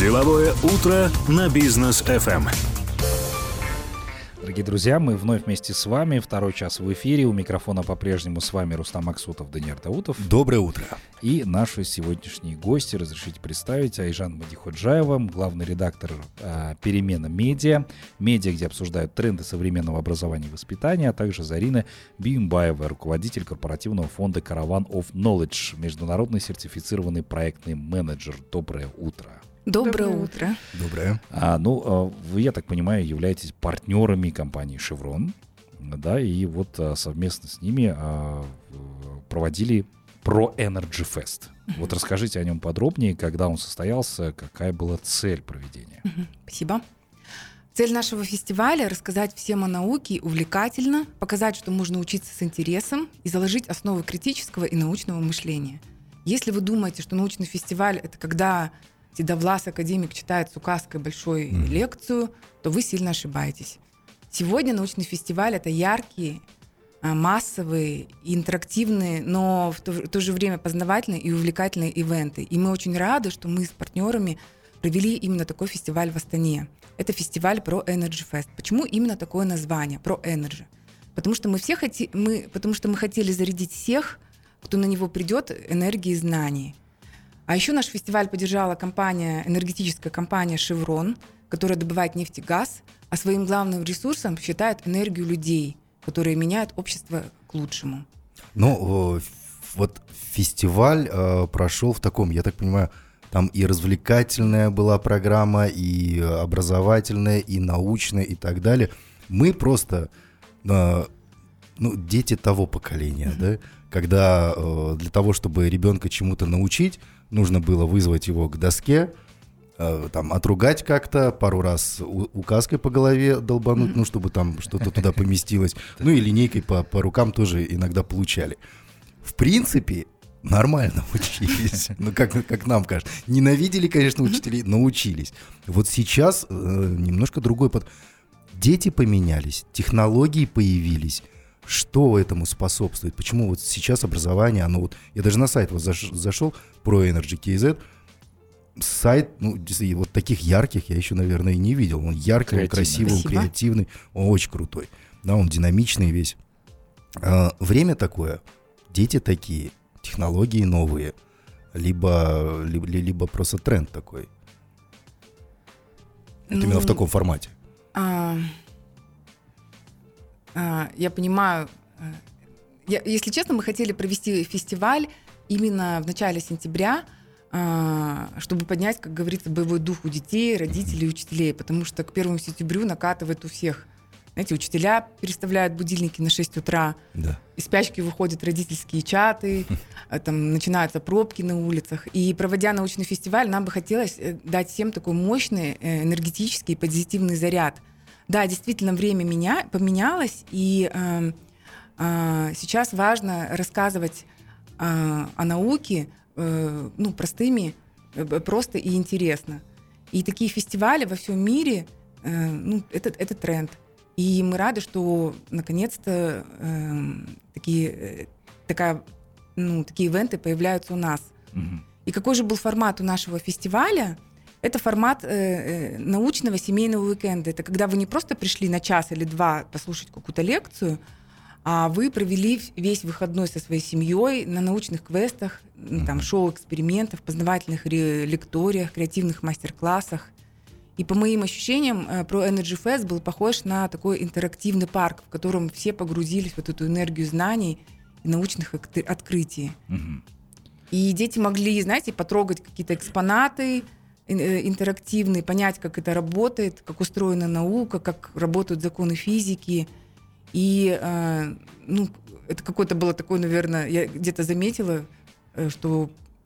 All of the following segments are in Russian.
Деловое утро на Бизнес ФМ. Дорогие друзья, мы вновь вместе с вами. Второй час в эфире. У микрофона по-прежнему с вами Рустам Максутов, Даниил Даутов. Доброе утро. И наши сегодняшние гости, разрешите представить, Айжан Мадиходжаева, главный редактор «Перемена Медиа», где обсуждают тренды современного образования и воспитания, а также Зарина Биюмбаева, руководитель корпоративного фонда Caravan of Knowledge, международный сертифицированный проектный менеджер. Доброе утро. Доброе утро. Доброе. Вы, я так понимаю, являетесь партнерами компании Chevron, да, и вот совместно с ними проводили Pro Energy Fest. Вот расскажите о нем подробнее, когда он состоялся, какая была цель проведения. Спасибо. Цель нашего фестиваля — рассказать всем о науке увлекательно, показать, что можно учиться с интересом и заложить основы критического и научного мышления. Если вы думаете, что научный фестиваль — это когда седовлас академик читает с указкой большую лекцию, то вы сильно ошибаетесь. Сегодня научный фестиваль — это яркие, массовые, интерактивные, но в то же время познавательные и увлекательные ивенты. И мы очень рады, что мы с партнерами провели именно такой фестиваль в Астане. Это фестиваль Pro Energy Fest. Почему именно такое название Pro Energy? Потому что мы хотели зарядить всех, кто на него придет, энергией знаний. А еще наш фестиваль поддержала энергетическая компания Chevron, которая добывает нефть и газ, а своим главным ресурсом считает энергию людей, которые меняют общество к лучшему. Вот фестиваль прошел в таком, я так понимаю, там и развлекательная была программа, и образовательная, и научная, и так далее. Мы просто дети того поколения, да, когда для того, чтобы ребенка чему-то научить, нужно было вызвать его к доске, отругать как-то, пару раз указкой по голове долбануть, чтобы там что-то туда поместилось. И линейкой по рукам тоже иногда получали. В принципе, нормально учились. Как нам кажется. Ненавидели, конечно, учителей, но учились. Вот сейчас немножко другой подход. Дети поменялись, технологии появились. Что этому способствует? Почему вот сейчас образование, я даже на сайт зашел, Pro Energy KZ, сайт, вот таких ярких я еще, наверное, и не видел. Он яркий, он красивый, он креативный, он очень крутой. Да, он динамичный весь. Время такое, дети такие, технологии новые, либо просто тренд такой. Вот именно в таком формате. Я понимаю. Если честно, мы хотели провести фестиваль именно в начале сентября, чтобы поднять, как говорится, боевой дух у детей, родителей и учителей, потому что к 1 сентябрю накатывает у всех. Знаете, учителя переставляют будильники на 6 утра, из спячки выходят родительские чаты, там начинаются пробки на улицах. И проводя научный фестиваль, нам бы хотелось дать всем такой мощный энергетический позитивный заряд. Да, действительно, время поменялось, и сейчас важно рассказывать о науке простыми, просто и интересно. И такие фестивали во всем мире, это тренд. И мы рады, что наконец-то такие ивенты появляются у нас. И какой же был формат у нашего фестиваля? Это формат научного семейного уикенда. Это когда вы не просто пришли на час или два послушать какую-то лекцию, а вы провели весь выходной со своей семьей на научных квестах, шоу-экспериментах, познавательных лекториях, креативных мастер-классах. И по моим ощущениям, Pro Energy Fest был похож на такой интерактивный парк, в котором все погрузились в вот эту энергию знаний и научных открытий. И дети могли, потрогать какие-то экспонаты интерактивные, понять, как это работает, как устроена наука, как работают законы физики. И это какое-то было такое, наверное, я где-то заметила, что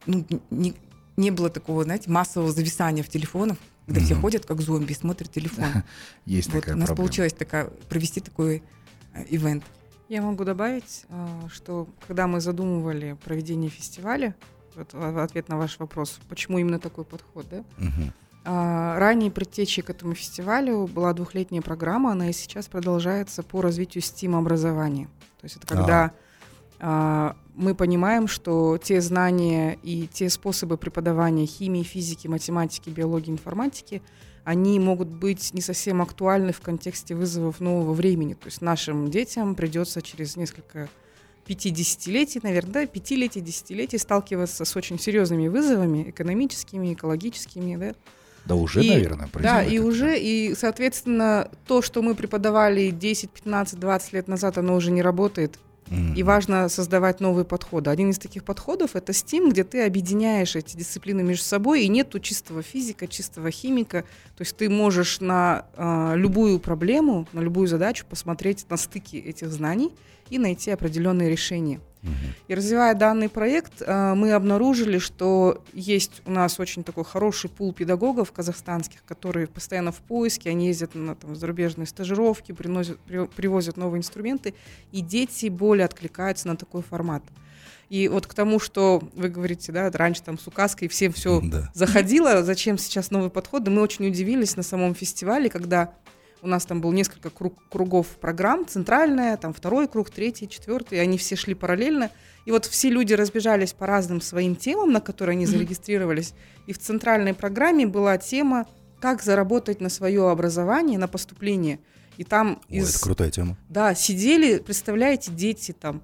не было такого, массового зависания в телефонах, когда все ходят как зомби, смотрят телефон. Есть такая проблема. У нас получилось провести такой ивент. Я могу добавить, что когда мы задумывали проведение фестиваля, в ответ на ваш вопрос, почему именно такой подход, да? Ранней предтечей к этому фестивалю была 2-летняя программа, она и сейчас продолжается по развитию STEAM-образования. То есть это когда мы понимаем, что те знания и те способы преподавания химии, физики, математики, биологии, информатики, они могут быть не совсем актуальны в контексте вызовов нового времени. То есть нашим детям придется через несколько 50-летий, наверное, да, 5-летий, 10-летий сталкиваться с очень серьезными вызовами экономическими, экологическими, да. Да уже, наверное, да, и, соответственно, то, что мы преподавали 10, 15, 20 лет назад, оно уже не работает. И важно создавать новые подходы. Один из таких подходов — это STEAM, где ты объединяешь эти дисциплины между собой, и нету чистого физика, чистого химика. То есть ты можешь на любую проблему, на любую задачу посмотреть на стыки этих знаний и найти определенные решения. И развивая данный проект, мы обнаружили, что есть у нас очень такой хороший пул педагогов казахстанских, которые постоянно в поиске, они ездят на зарубежные стажировки, привозят новые инструменты, и дети более откликаются на такой формат. И вот к тому, что вы говорите, да, раньше там с указкой всем все заходило, зачем сейчас новые подходы, мы очень удивились на самом фестивале, когда у нас там было несколько кругов программ, центральная, там второй круг, третий, четвертый, они все шли параллельно. И вот все люди разбежались по разным своим темам, на которые они зарегистрировались. И в центральной программе была тема «Как заработать на свое образование, на поступление». И там это крутая тема. Да, сидели, представляете, дети там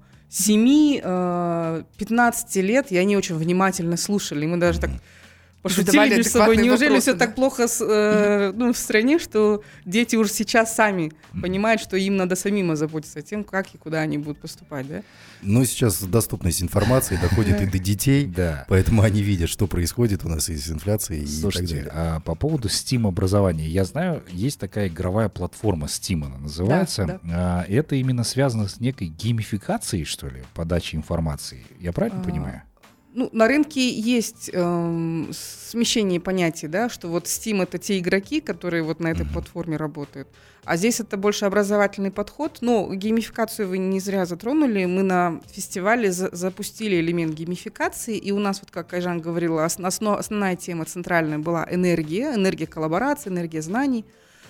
7-15 лет, и они очень внимательно слушали. И мы даже так пошутили между собой, неужели все так плохо в стране, что дети уже сейчас сами понимают, что им надо самим озаботиться тем, как и куда они будут поступать, да? Ну, сейчас доступность информации доходит и до детей, поэтому они видят, что происходит у нас и с инфляцией. Слушайте, и так далее. А по поводу STEAM-образования, я знаю, есть такая игровая платформа STEAM, она называется. Да. Это именно связано с некой геймификацией, что ли, подачи информации. Я правильно понимаю? Ну, на рынке есть смещение понятий, да, что вот Steam — это те игроки, которые вот на этой платформе работают, а здесь это больше образовательный подход. Но геймификацию вы не зря затронули. Мы на фестивале запустили элемент геймификации, и у нас, вот как Айжан говорила, основная тема центральная была энергия коллаборации, энергия знаний.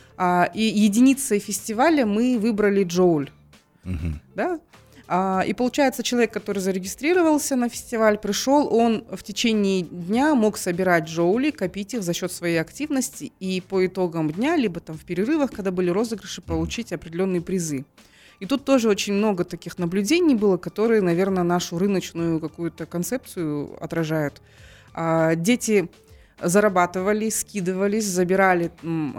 И единицей фестиваля мы выбрали джоуль. Да? И получается, человек, который зарегистрировался на фестиваль, пришел, он в течение дня мог собирать джоули, копить их за счет своей активности и по итогам дня, либо там в перерывах, когда были розыгрыши, получить определенные призы. И тут тоже очень много таких наблюдений было, которые, наверное, нашу рыночную какую-то концепцию отражают. Дети зарабатывали, скидывались, забирали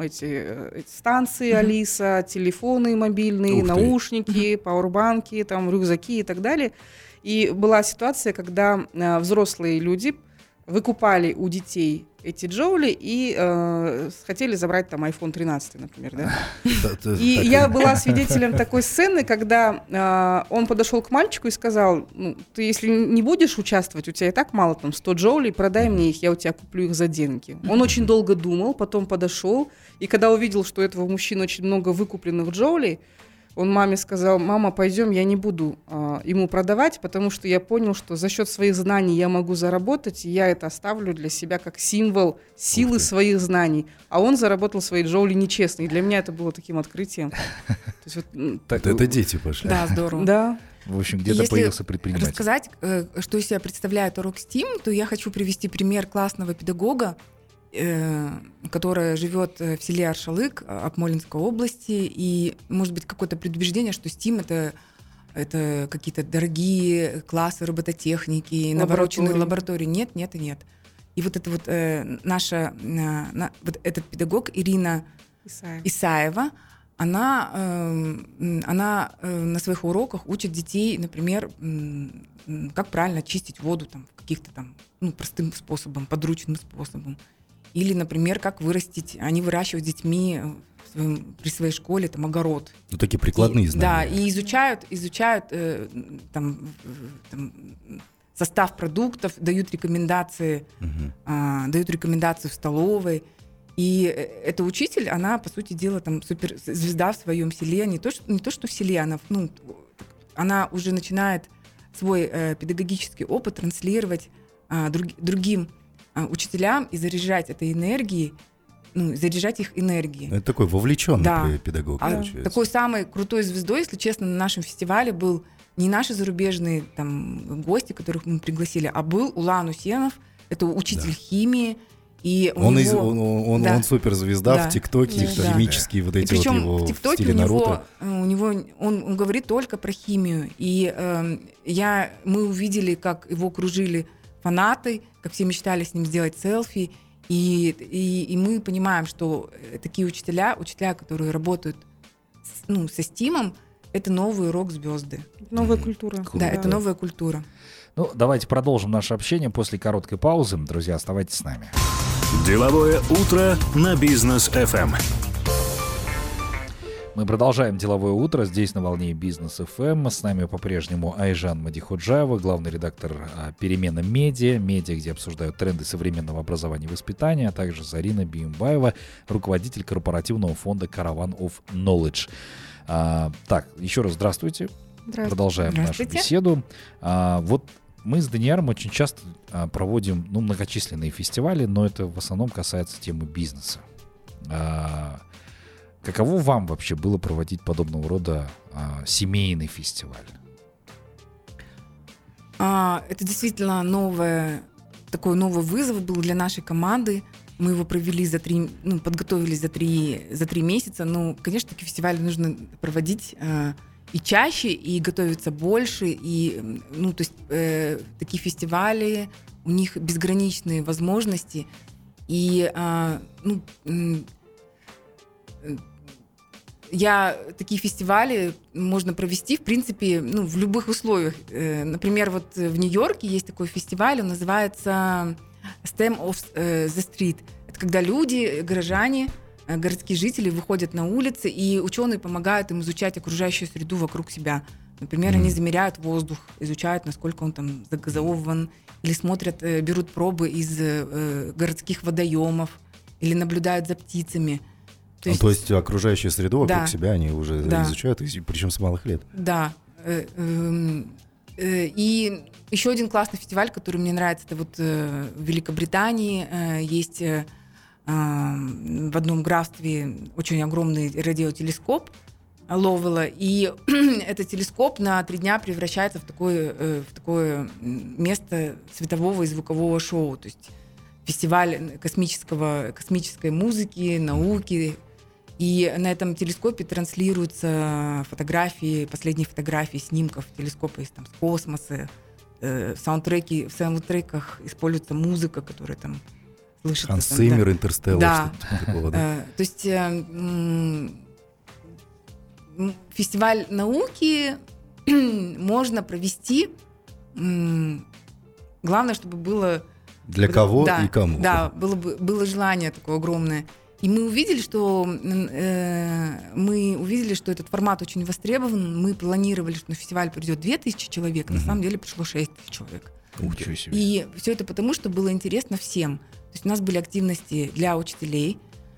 эти станции Алиса, телефоны мобильные, наушники, пауэрбанки, там, рюкзаки и так далее. И была ситуация, когда взрослые люди выкупали у детей эти джоули и хотели забрать там iPhone 13, например, да? И я была свидетелем такой сцены, когда он подошел к мальчику и сказал: ну, ты если не будешь участвовать, у тебя и так мало, там, 100 джоулей, продай мне их, я у тебя куплю их за деньги. Он очень долго думал, потом подошел, и когда увидел, что у этого мужчины очень много выкупленных джоулей, он маме сказал: мама, пойдем, я не буду ему продавать, потому что я понял, что за счет своих знаний я могу заработать, и я это оставлю для себя как символ силы своих знаний. А он заработал свои джоули нечестно, и для меня это было таким открытием. Это дети пошли. Да, здорово. Да. В общем, где-то появился предприниматель. Если рассказать, что из себя представляет урок STEAM, то я хочу привести пример классного педагога, которая живет в селе Аршалык Акмолинской области, и, может быть, какое-то предубеждение, что STEAM — это какие-то дорогие классы робототехники, навороченные лаборатории. Нет. И вот это вот наша, вот этот педагог Ирина Исаева, она на своих уроках учит детей, например, как правильно чистить воду там, каких-то там простым способом, подручным способом. Или, например, как они выращивают с детьми при своей школе там огород. Ну, такие прикладные знания. Да, и изучают состав продуктов, дают рекомендации в столовой. И эта учитель, она, по сути дела, там суперзвезда в своем селе. Не то, что в селе, она уже начинает свой педагогический опыт транслировать другим учителям и заряжать этой энергией, заряжать их энергией. Это такой вовлеченный педагог. Такой самой крутой звездой, если честно, на нашем фестивале был не наши зарубежные там гости, которых мы пригласили, а был Улан Усенов, это учитель химии. И он да, суперзвезда да, в ТикТоке, да, химические вот эти вот его в ТикТоке стили Наруто. он говорит только про химию. И мы увидели, как его окружили фанаты, как все мечтали с ним сделать селфи. И мы понимаем, что такие учителя, которые работают со стимом, это новые рок-звезды. Новая культура. Да, это новая культура. Ну, давайте продолжим наше общение после короткой паузы. Друзья, оставайтесь с нами. Деловое утро на Бизнес FM. Мы продолжаем деловое утро здесь на волне Бизнес FM. С нами по-прежнему Айжан Мадиходжаева, главный редактор «Перемена Медиа», где обсуждают тренды современного образования и воспитания, а также Зарина Биумбаева, руководитель корпоративного фонда Caravan of Knowledge. Так, еще раз здравствуйте. Продолжаем нашу беседу. Вот мы с Данияром очень часто проводим многочисленные фестивали, но это в основном касается темы бизнеса. Каково вам вообще было проводить подобного рода семейный фестиваль? Это действительно такой новый вызов был для нашей команды. Мы его провели подготовились за 3 месяца. Ну, конечно, такие фестивали нужно проводить и чаще, и готовиться больше. И, такие фестивали, у них безграничные возможности. И, такие фестивали можно провести, в принципе, в любых условиях. Например, вот в Нью-Йорке есть такой фестиваль, он называется STEM of the Street. Это когда люди, горожане, городские жители выходят на улицы, и ученые помогают им изучать окружающую среду вокруг себя. Например, они замеряют воздух, изучают, насколько он там загазован, или смотрят, берут пробы из городских водоемов, или наблюдают за птицами. То есть окружающую среду вокруг себя они уже изучают, причем с малых лет. Да. И еще один классный фестиваль, который мне нравится, это вот в Великобритании есть в одном графстве очень огромный радиотелескоп Ловела, и этот телескоп на 3 дня превращается в такое место светового и звукового шоу, то есть фестиваль космической музыки, науки. И на этом телескопе транслируются последние фотографии снимков телескопа из космоса. В саундтреках используется музыка, которая там слышится. Ханс Циммер, Интерстеллар, что-то такого, да? То есть фестиваль науки можно провести. Главное, чтобы было... Для кого и кому. Да, было желание такое огромное. И мы увидели, что этот формат очень востребован. Мы планировали, что на фестиваль придет 2000 человек, на самом деле пришло 6000 человек. Ничего себе. И все это потому, что было интересно всем. То есть у нас были активности для учителей,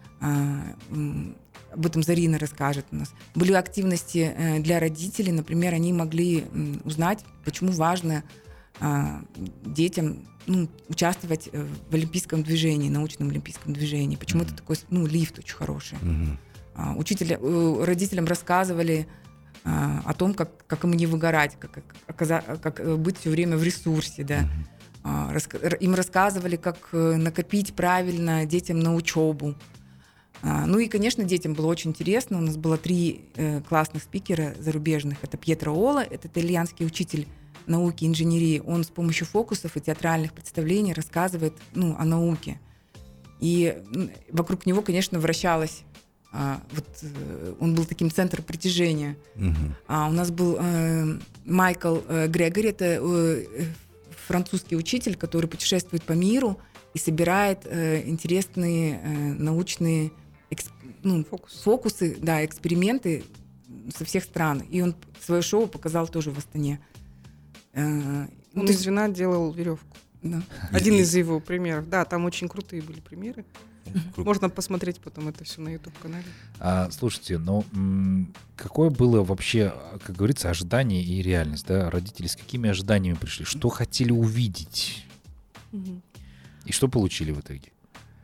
об этом Зарина расскажет у нас. Были активности для родителей, например, они могли узнать, почему важно детям участвовать в олимпийском движении, научном олимпийском движении. Почему это такой лифт очень хороший. Родителям рассказывали о том, как им не выгорать, как быть все время в ресурсе. Да. Им рассказывали, как накопить правильно детям на учебу. Ну и, конечно, детям было очень интересно. У нас было 3 классных спикера зарубежных. Это Пьетро Ола, это итальянский учитель науки и инженерии. Он с помощью фокусов и театральных представлений рассказывает о науке. И вокруг него, конечно, вращалось. Он был таким центром притяжения. У нас был Майкл Грегори, это французский учитель, который путешествует по миру и собирает интересные научные фокусы, эксперименты со всех стран. И он свое шоу показал тоже в Астане. Он из вина делал веревку. Да. Один из его примеров. Да, там очень крутые были примеры. Можно посмотреть потом это все на YouTube-канале. Слушайте, какое было вообще, как говорится, ожидание и реальность? Да? Родители с какими ожиданиями пришли? Что хотели увидеть? И что получили в итоге?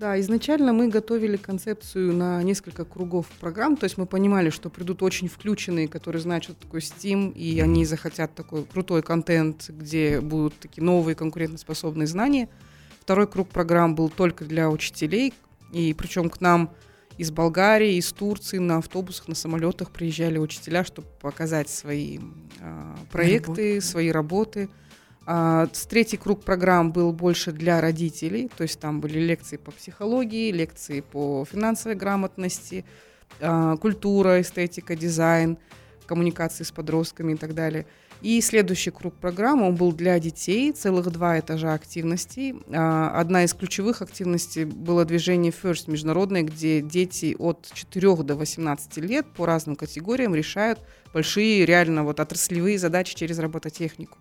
Да, изначально мы готовили концепцию на несколько кругов программ, то есть мы понимали, что придут очень включенные, которые знают, что такое Steam, и они захотят такой крутой контент, где будут такие новые конкурентоспособные знания. Второй круг программ был только для учителей, и причем к нам из Болгарии, из Турции на автобусах, на самолетах приезжали учителя, чтобы показать свои проекты, свои работы. Третий круг программ был больше для родителей, то есть там были лекции по психологии, лекции по финансовой грамотности, культура, эстетика, дизайн, коммуникации с подростками и так далее. И следующий круг программы, он был для детей, целых 2 этажа активностей. Одна из ключевых активностей было движение FIRST международное, где дети от 4 до 18 лет по разным категориям решают большие, реально отраслевые задачи через робототехнику.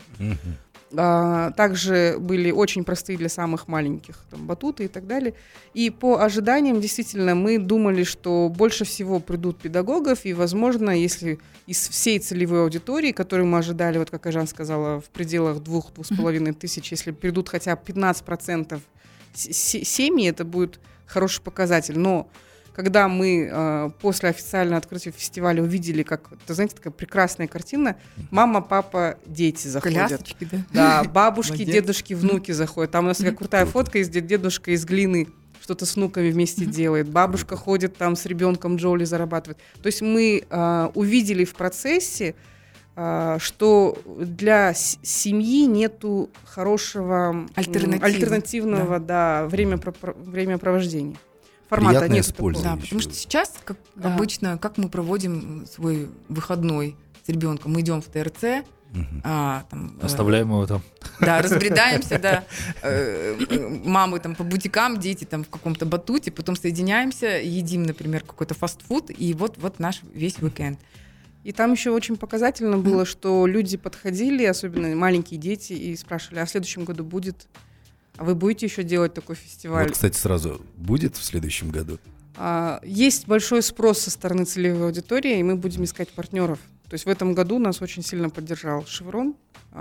Также были очень простые для самых маленьких батуты и так далее. И по ожиданиям, действительно, мы думали, что больше всего придут педагогов, и, возможно, если из всей целевой аудитории, которую мы ожидали, как Айжан сказала, в пределах 2-2,5 тысяч, если придут хотя бы 15% семьи, это будет хороший показатель. Но когда мы после официального открытия фестиваля увидели, как, это, знаете, такая прекрасная картина, мама, папа, дети заходят. Колясочки, да? Да, бабушки, Молодец. Дедушки, внуки заходят. Там у нас такая крутая фотка, есть, где дедушка из глины что-то с внуками вместе делает. Бабушка ходит там с ребенком, джоули зарабатывает. То есть мы увидели в процессе, что для семьи нету хорошего альтернативного времяпровождения. Формата Приятное нет использование. Да, потому что сейчас, как Да. обычно, как мы проводим свой выходной с ребенком, мы идем в ТРЦ, Оставляем его там. да, разбредаемся, да, мамы там по бутикам, дети там в каком-то батуте, потом соединяемся, едим, например, какой-то фастфуд, и вот наш весь уикенд. И там еще очень показательно было, что люди подходили, особенно маленькие дети, и спрашивали, а в следующем году будет? А вы будете еще делать такой фестиваль? Вот, кстати, сразу будет в следующем году? Есть большой спрос со стороны целевой аудитории, и мы будем искать партнеров. То есть в этом году нас очень сильно поддержал Шеврон.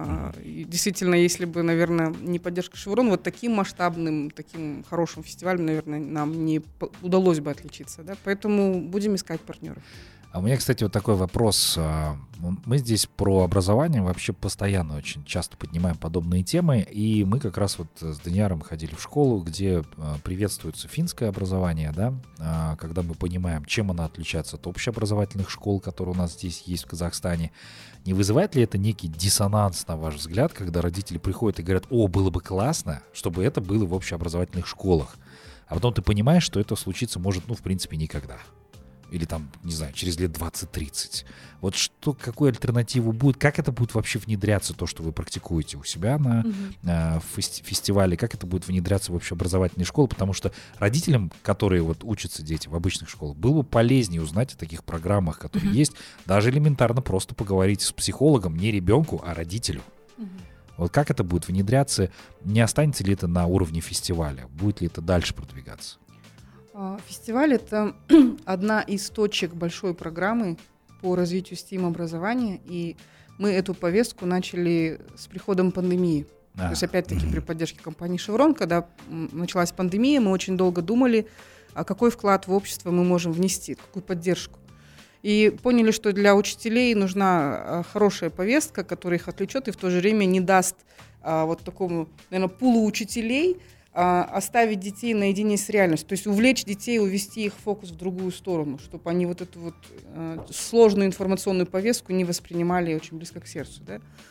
И действительно, если бы, наверное, не поддержка Шеврон, вот таким масштабным, таким хорошим фестивалем, наверное, нам не удалось бы отличиться. Да? Поэтому будем искать партнеров. А у меня, кстати, вот такой вопрос. Мы здесь про образование вообще постоянно очень часто поднимаем подобные темы, и мы как раз вот с Данияром ходили в школу, где приветствуется финское образование, да, когда мы понимаем, чем оно отличается от общеобразовательных школ, которые у нас здесь есть в Казахстане. Не вызывает ли это некий диссонанс, на ваш взгляд, когда родители приходят и говорят, было бы классно, чтобы это было в общеобразовательных школах, а потом ты понимаешь, что это случится может, в принципе, никогда? Или там, не знаю, через лет 20-30. Вот что, какую альтернативу будет? Как это будет вообще внедряться, то, что вы практикуете у себя на фестивале? Как это будет внедряться в общеобразовательные школы? Потому что родителям, которые вот учатся дети в обычных школах, было бы полезнее узнать о таких программах, которые есть. Даже элементарно просто поговорить с психологом, не ребенку, а родителю. Вот как это будет внедряться? Не останется ли это на уровне фестиваля? Будет ли это дальше продвигаться? Фестиваль — это одна из точек большой программы по развитию STEAM-образования, и мы эту повестку начали с приходом пандемии. То есть, опять-таки, при поддержке компании «Шеврон», когда началась пандемия, мы очень долго думали, какой вклад в общество мы можем внести, какую поддержку. И поняли, что для учителей нужна хорошая повестка, которая их отвлечет и в то же время не даст вот такому, наверное, пулу учителей оставить детей наедине с реальностью, то есть увлечь детей, увести их фокус в другую сторону, чтобы они вот эту вот сложную информационную повестку не воспринимали очень близко к сердцу.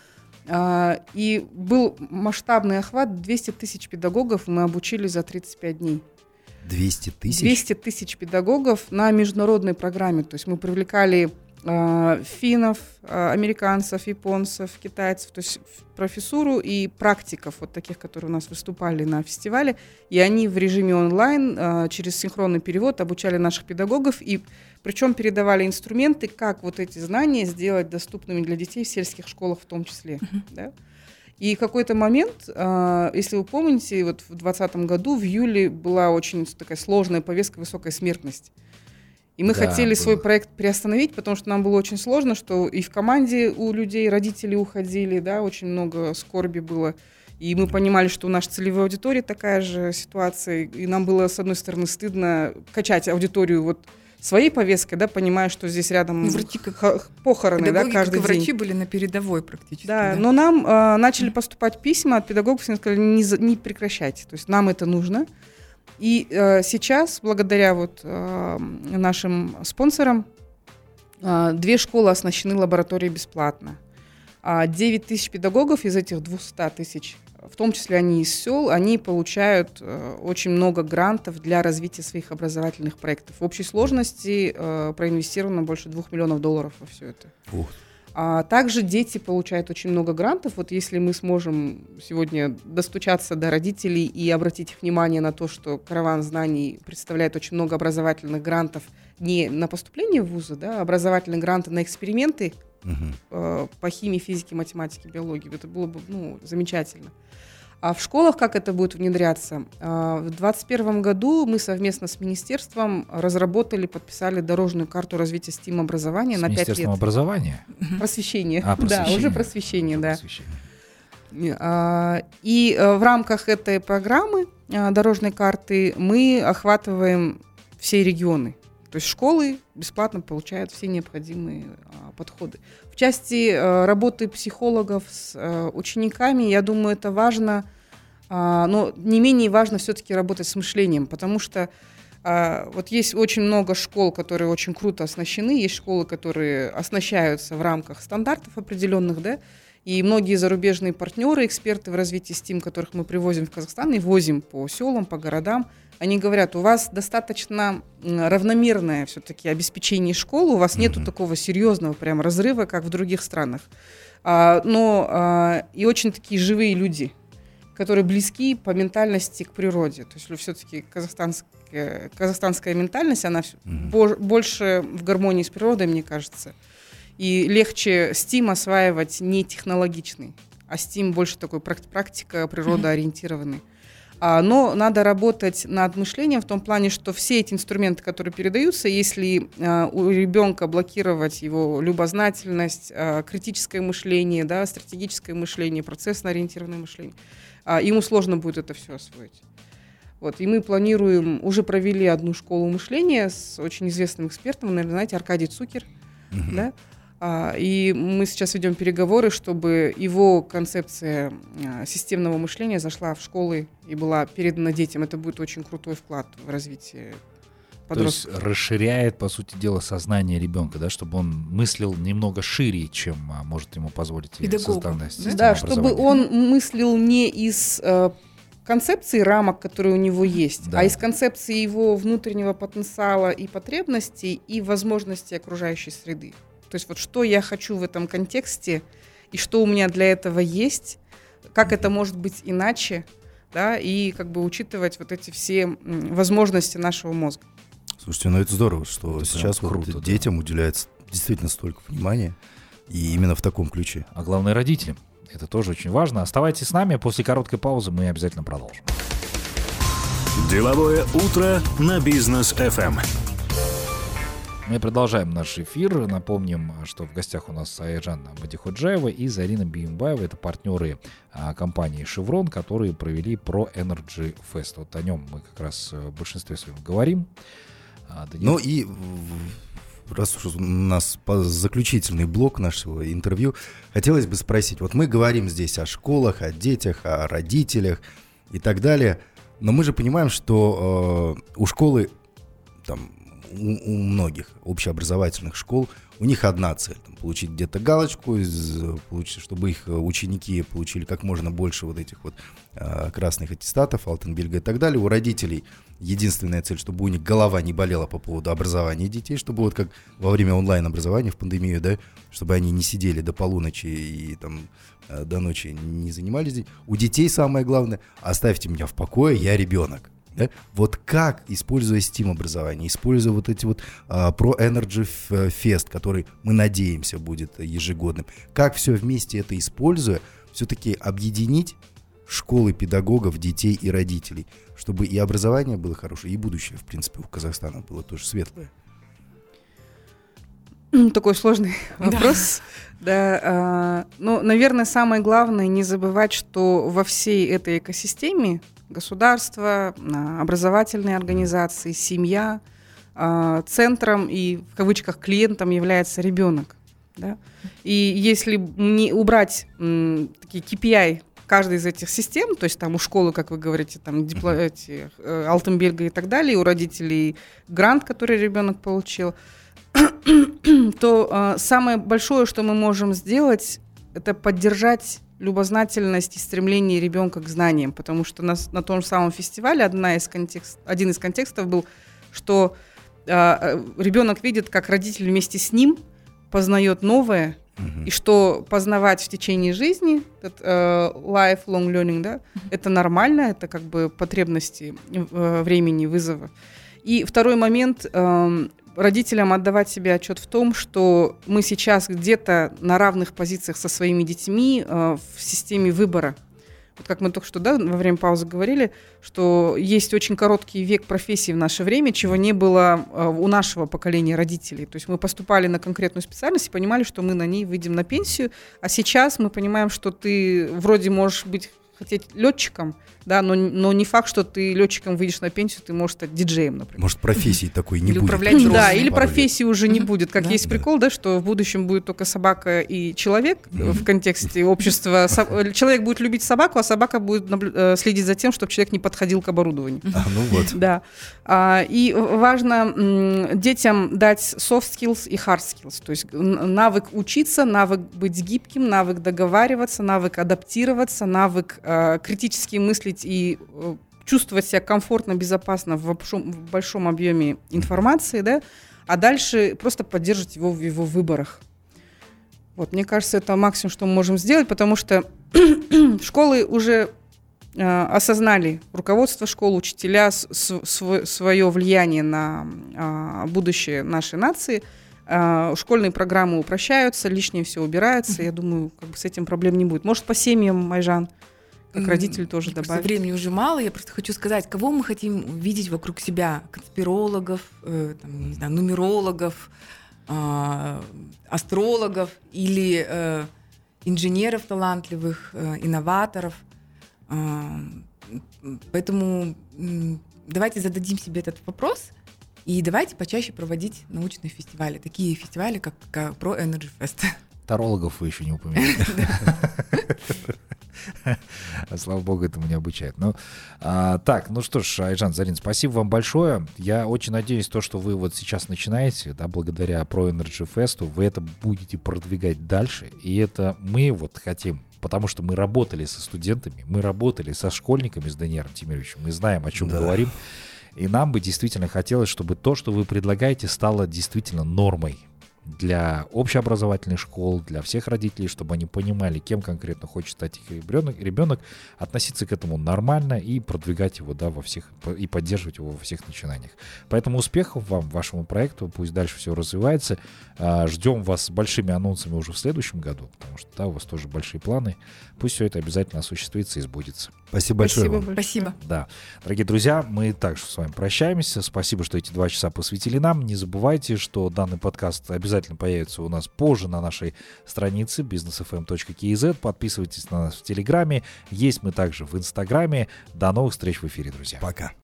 Да? И был масштабный охват, 200 тысяч педагогов мы обучили за 35 дней. 200 тысяч? 200 тысяч педагогов на международной программе, то есть мы привлекали финнов, американцев, японцев, китайцев, то есть профессуру и практиков, вот таких, которые у нас выступали на фестивале, и они в режиме онлайн через синхронный перевод обучали наших педагогов, и причем передавали инструменты, как вот эти знания сделать доступными для детей в сельских школах в том числе. Да? И в какой-то момент, если вы помните, вот в 2020 году в июле была очень такая сложная повестка, высокая смертность. И мы хотели свой проект приостановить, потому что нам было очень сложно, что и в команде у людей родители уходили, да, очень много скорби было. И мы понимали, что у нашей целевой аудитории такая же ситуация, и нам было, с одной стороны, стыдно качать аудиторию вот своей повесткой, да, понимая, что здесь рядом врачи похороны, да, каждый день. Врачи были на передовой практически. Да, но нам начали поступать письма от педагогов, они сказали, не прекращайте, то есть нам это нужно. И сейчас, благодаря вот нашим спонсорам, 2 школы оснащены лабораторией бесплатно. 9 тысяч педагогов из этих 200 тысяч, в том числе они из сел, они получают очень много грантов для развития своих образовательных проектов. В общей сложности проинвестировано больше $2 миллионов во все это. Также дети получают очень много грантов. Вот если мы сможем сегодня достучаться до родителей и обратить их внимание на то, что караван знаний представляет очень много образовательных грантов не на поступление в вузы, да, а образовательные гранты на эксперименты по химии, физике, математике, биологии. Это было бы замечательно. А в школах как это будет внедряться? В 2021 году мы совместно с министерством разработали, подписали дорожную карту развития STEAM-образования на 5 лет. Министерством образования? Просвещение. Просвещение. Да, уже просвещение, да. Просвещение. И в рамках этой программы дорожной карты мы охватываем все регионы. То есть школы бесплатно получают все необходимые подходы. В части работы психологов с учениками, я думаю, это важно, но не менее важно все-таки работать с мышлением, потому что вот есть очень много школ, которые очень круто оснащены, есть школы, которые оснащаются в рамках стандартов определенных, да, и многие зарубежные партнеры, эксперты в развитии STEAM, которых мы привозим в Казахстан и возим по селам, по городам, они говорят, у вас достаточно равномерное все-таки обеспечение школ, у вас нету такого серьезного прям разрыва, как в других странах, но и очень такие живые люди, которые близки по ментальности к природе. То есть все-таки казахстанская ментальность, она больше в гармонии с природой, мне кажется. И легче STEAM осваивать не технологичный, а STEAM больше такой практика природоориентированный. Но надо работать над мышлением в том плане, что все эти инструменты, которые передаются, если у ребенка блокировать его любознательность, критическое мышление, да, стратегическое мышление, процессно-ориентированное мышление, ему сложно будет это все освоить. Вот, и мы планируем, уже провели одну школу мышления с очень известным экспертом, наверное, знаете, Аркадий Цукер, да? И мы сейчас ведем переговоры, чтобы его концепция системного мышления зашла в школы и была передана детям. Это будет очень крутой вклад в развитие подростков. То есть расширяет, по сути дела, сознание ребенка, да, чтобы он мыслил немного шире, чем может ему позволить созданная система да, чтобы он мыслил не из концепции рамок, которые у него есть, да, а из концепции его внутреннего потенциала и потребностей и возможностей окружающей среды. То есть вот что я хочу в этом контексте, и что у меня для этого есть, как это может быть иначе, да, и как бы учитывать вот эти все возможности нашего мозга. Слушайте, ну это здорово, что это сейчас круто, вот детям уделяется действительно столько внимания, и именно в таком ключе. А главное, родителям. Это тоже очень важно. Оставайтесь с нами, после короткой паузы мы обязательно продолжим. Деловое утро на Бизнес FM. Мы продолжаем наш эфир. Напомним, что в гостях у нас Айжан Мадиходжаева и Зарина Биимбаева. Это партнеры компании «Шеврон», которые провели Pro Energy Fest. Вот о нем мы как раз в большинстве своем говорим. Ну и раз уж у нас заключительный блок нашего интервью, хотелось бы спросить. Вот мы говорим здесь о школах, о детях, о родителях и так далее. Но мы же понимаем, что у школы там, у многих общеобразовательных школ у них одна цель — получить где-то галочку, чтобы их ученики получили как можно больше вот этих вот красных аттестатов, Алтенбельга и так далее. У родителей единственная цель, чтобы у них голова не болела по поводу образования детей, чтобы вот как во время онлайн-образования в пандемию, да, чтобы они не сидели до полуночи и там до ночи не занимались. У детей самое главное — оставьте меня в покое, я ребенок. Да? Вот как, используя STEAM-образование, используя вот эти вот Pro Energy Fest, который, мы надеемся, будет ежегодным, как все вместе это используя, все-таки объединить школы педагогов, детей и родителей, чтобы и образование было хорошее, и будущее, в принципе, у Казахстана было тоже светлое. Такой сложный вопрос. Да, ну, наверное, самое главное не забывать, что во всей этой экосистеме государство, образовательные организации, семья, центром и, в кавычках, клиентом является ребенок. Да? И если не убрать такие KPI каждой из этих систем, то есть там у школы, как вы говорите, там Алтенберга и так далее, у родителей грант, который ребенок получил, то самое большое, что мы можем сделать, это поддержать любознательность и стремление ребенка к знаниям, потому что на том же самом фестивале один из контекстов был, что ребенок видит, как родитель вместе с ним познает новое, и что познавать в течение жизни, lifelong learning, да, это нормально, это как бы потребности времени, вызова. И второй момент, родителям отдавать себе отчет в том, что мы сейчас где-то на равных позициях со своими детьми в системе выбора. Вот как мы только что во время паузы говорили, что есть очень короткий век профессий в наше время, чего не было у нашего поколения родителей. То есть мы поступали на конкретную специальность и понимали, что мы на ней выйдем на пенсию, а сейчас мы понимаем, что ты вроде можешь хотеть летчиком, да, но не факт, что ты летчиком выйдешь на пенсию, ты можешь стать диджеем, например. Может, профессии такой не Или будет. управлять дронами. Да, или профессии уже не будет. Как Да. есть прикол, да, что в будущем будет только собака и человек в контексте общества. Человек будет любить собаку, а собака будет следить за тем, чтобы человек не подходил к оборудованию. Ну вот. Да. И важно детям дать soft skills и hard skills, то есть навык учиться, навык быть гибким, навык договариваться, навык адаптироваться, навык критически мыслить и чувствовать себя комфортно, безопасно в большом объеме информации, да, а дальше просто поддерживать его в его выборах. Вот, мне кажется, это максимум, что мы можем сделать, потому что школы уже осознали, руководство школ, учителя, свое влияние на будущее нашей нации. Школьные программы упрощаются, лишнее все убирается. Я думаю, как бы с этим проблем не будет. Может, по семьям, Айжан, как родители тоже добавить. Времени уже мало. Я просто хочу сказать, кого мы хотим видеть вокруг себя. Конспирологов, там, не знаю, нумерологов, астрологов или инженеров талантливых, инноваторов. Поэтому давайте зададим себе этот вопрос и давайте почаще проводить научные фестивали. Такие фестивали, как Pro Energy Fest. Тарологов вы еще не упомянули. Слава богу, этому не обучают. Так, ну что ж, Айжан, Зарина, спасибо вам большое. Я очень надеюсь, то, что вы вот сейчас начинаете, да, благодаря Pro Energy Fest, вы это будете продвигать дальше. И это мы вот хотим, потому что мы работали со студентами, мы работали со школьниками, с Даниилом Тимировичем, мы знаем, о чем говорим. И нам бы действительно хотелось, чтобы то, что вы предлагаете, стало действительно нормой для общеобразовательных школ, для всех родителей, чтобы они понимали, кем конкретно хочет стать их ребенок, относиться к этому нормально и продвигать его, да, во всех, и поддерживать его во всех начинаниях. Поэтому успехов вам, вашему проекту, пусть дальше все развивается. Ждем вас с большими анонсами уже в следующем году, потому что, да, у вас тоже большие планы. Пусть все это обязательно осуществится и сбудется. Спасибо большое вам. Спасибо. Да. Дорогие друзья, мы также с вами прощаемся. Спасибо, что эти 2 часа посвятили нам. Не забывайте, что данный подкаст обязательно появится у нас позже на нашей странице businessfm.kz. Подписывайтесь на нас в Телеграме. Есть мы также в Инстаграме. До новых встреч в эфире, друзья. Пока.